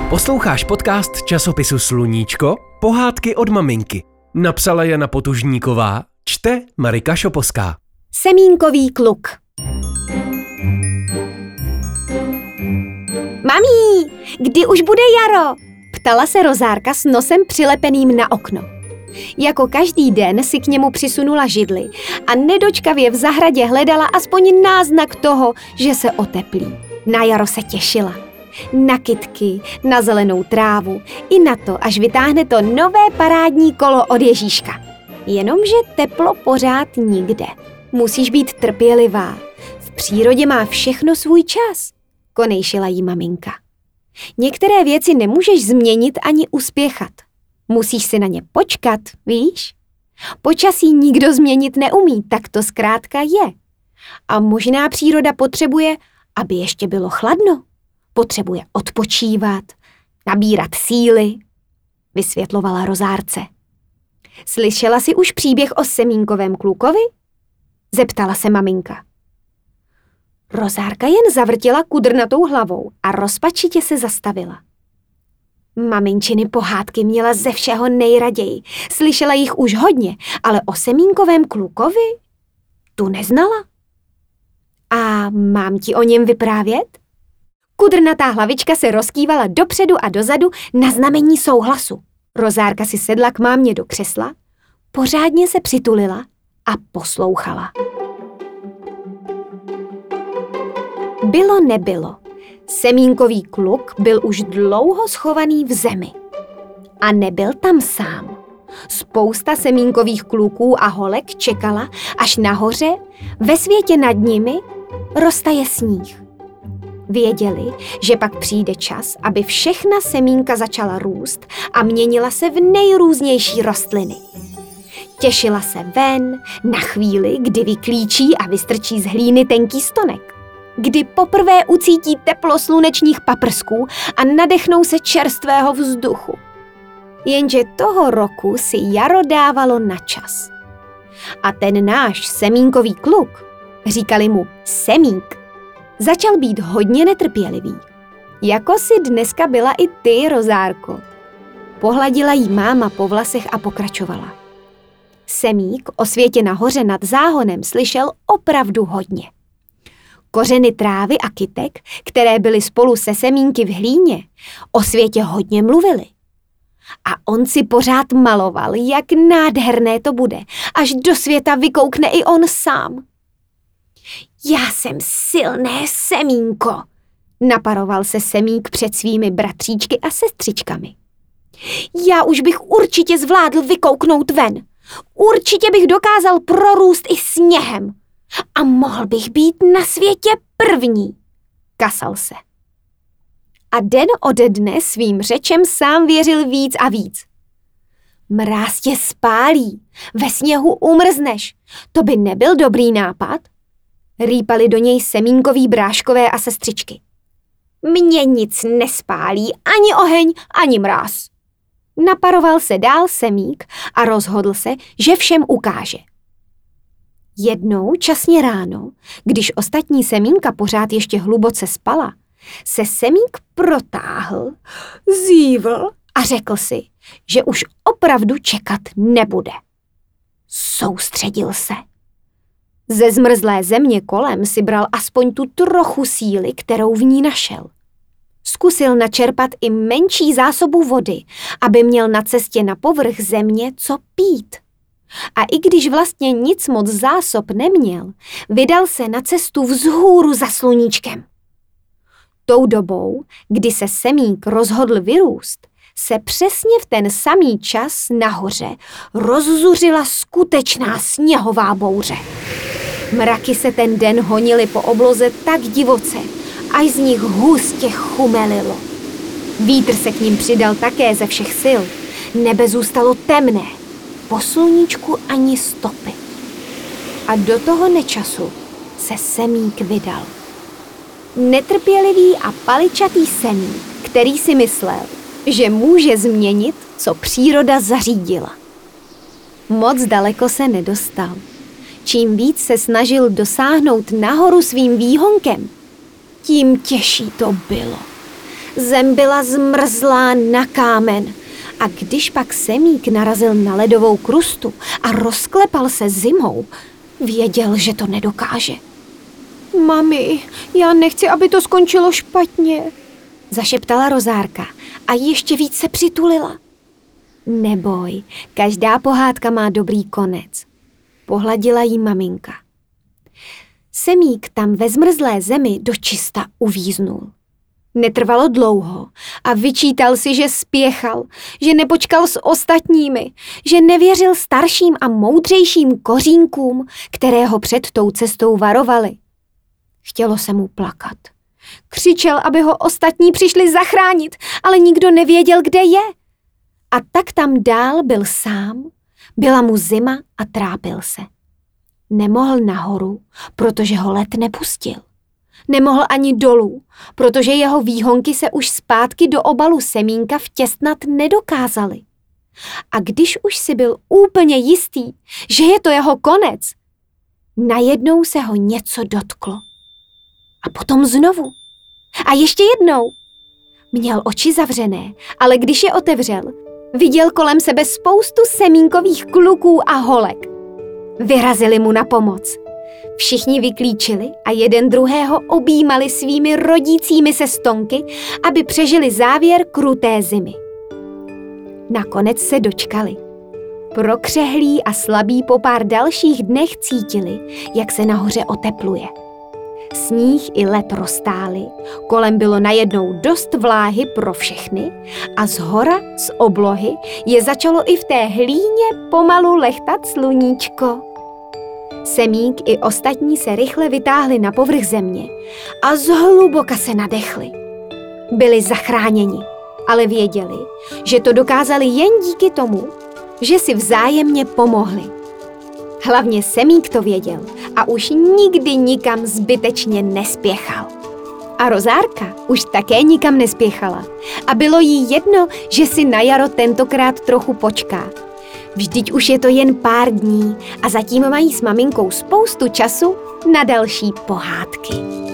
Posloucháš podcast časopisu Sluníčko? Pohádky od maminky. Napsala Jana Potužníková, čte Marika Šoposká. Semínkový kluk. Mamí, kdy už bude jaro? Ptala se Rozárka s nosem přilepeným na okno. Jako každý den si k němu přisunula židli a nedočkavě v zahradě hledala aspoň náznak toho, že se oteplí. Na jaro se těšila. Na kytky, na zelenou trávu i na to, až vytáhne to nové parádní kolo od Ježíška. Jenomže teplo pořád nikde. Musíš být trpělivá. V přírodě má všechno svůj čas, konejšila jí maminka. Některé věci nemůžeš změnit ani uspěchat. Musíš si na ně počkat, víš? Počasí nikdo změnit neumí, tak to zkrátka je. A možná příroda potřebuje, aby ještě bylo chladno. Potřebuje odpočívat, nabírat síly, vysvětlovala Rozárce. Slyšela jsi už příběh o semínkovém klukovi? Zeptala se maminka. Rozárka jen zavrtila kudrnatou hlavou a rozpačitě se zastavila. Maminčiny pohádky měla ze všeho nejraději. Slyšela jich už hodně, ale o semínkovém klukovi tu neznala. A mám ti o něm vyprávět? Kudrnatá hlavička se rozkývala dopředu a dozadu na znamení souhlasu. Rozárka si sedla k mámě do křesla, pořádně se přitulila a poslouchala. Bylo nebylo. Semínkový kluk byl už dlouho schovaný v zemi. A nebyl tam sám. Spousta semínkových kluků a holek čekala, až nahoře, ve světě nad nimi, roztaje sníh. Věděli, že pak přijde čas, aby všechna semínka začala růst a měnila se v nejrůznější rostliny. Těšila se ven na chvíli, kdy vyklíčí a vystrčí z hlíny tenký stonek. Kdy poprvé ucítí teplo slunečních paprsků a nadechnou se čerstvého vzduchu. Jenže toho roku si jaro dávalo na čas. A ten náš semínkový kluk, říkali mu Semík, začal být hodně netrpělivý. Jako si dneska byla i ty, Rozárko. Pohladila jí máma po vlasech a pokračovala. Semík o světě nahoře nad záhonem slyšel opravdu hodně. Kořeny trávy a kytek, které byly spolu se semínky v hlíně, o světě hodně mluvily. A on si pořád maloval, jak nádherné to bude, až do světa vykoukne i on sám. Já jsem silné semínko, naparoval se semík před svými bratříčky a sestřičkami. Já už bych určitě zvládl vykouknout ven. Určitě bych dokázal prorůst i sněhem. A mohl bych být na světě první, kasal se. A den ode dne svým řečem sám věřil víc a víc. Mráz tě spálí, ve sněhu umrzneš, to by nebyl dobrý nápad, rýpali do něj semínkoví bráškové a sestřičky. Mě nic nespálí, ani oheň, ani mráz. Naparoval se dál semík a rozhodl se, že všem ukáže. Jednou časně ráno, když ostatní semínka pořád ještě hluboce spala, se semík protáhl, zívl a řekl si, že už opravdu čekat nebude. Soustředil se. Ze zmrzlé země kolem si bral aspoň tu trochu síly, kterou v ní našel. Zkusil načerpat i menší zásobu vody, aby měl na cestě na povrch země co pít. A i když vlastně nic moc zásob neměl, vydal se na cestu vzhůru za sluníčkem. Tou dobou, kdy se semík rozhodl vyrůst, se přesně v ten samý čas nahoře rozzuřila skutečná sněhová bouře. Mraky se ten den honily po obloze tak divoce, až z nich hustě chumelilo. Vítr se k nim přidal také ze všech sil. Nebe zůstalo temné. Po sluníčku ani stopy. A do toho nečasu se semík vydal. Netrpělivý a paličatý semík, který si myslel, že může změnit, co příroda zařídila. Moc daleko se nedostal. Čím víc se snažil dosáhnout nahoru svým výhonkem, tím těžší to bylo. Zem byla zmrzlá na kámen. A když pak Semík narazil na ledovou krustu a rozklepal se zimou, věděl, že to nedokáže. Mami, já nechci, aby to skončilo špatně, zašeptala Rozárka a ještě víc se přitulila. Neboj, každá pohádka má dobrý konec, pohladila jí maminka. Semík tam ve zmrzlé zemi dočista uvíznul. Netrvalo dlouho a vyčítal si, že spěchal, že nepočkal s ostatními, že nevěřil starším a moudřejším kořínkům, které ho před tou cestou varovali. Chtělo se mu plakat. Křičel, aby ho ostatní přišli zachránit, ale nikdo nevěděl, kde je. A tak tam dál byl sám, byla mu zima a trápil se. Nemohl nahoru, protože ho led nepustil. Nemohl ani dolů, protože jeho výhonky se už zpátky do obalu semínka vtěsnat nedokázaly. A když už si byl úplně jistý, že je to jeho konec, najednou se ho něco dotklo. A potom znovu. A ještě jednou. Měl oči zavřené, ale když je otevřel, viděl kolem sebe spoustu semínkových kluků a holek. Vyrazili mu na pomoc. Všichni vyklíčili a jeden druhého objímali svými rodícími se stonky, aby přežili závěr kruté zimy. Nakonec se dočkali. Prokřehlí a slabí po pár dalších dnech cítili, jak se nahoře otepluje. Sníh i led roztály, kolem bylo najednou dost vláhy pro všechny a zhora, z oblohy, je začalo i v té hlíně pomalu lechtat sluníčko. Semík i ostatní se rychle vytáhli na povrch země a zhluboka se nadechli. Byli zachráněni, ale věděli, že to dokázali jen díky tomu, že si vzájemně pomohli. Hlavně Semík to věděl a už nikdy nikam zbytečně nespěchal. A Rozárka už také nikam nespěchala a bylo jí jedno, že si na jaro tentokrát trochu počká. Vždyť už je to jen pár dní a zatím mají s maminkou spoustu času na další pohádky.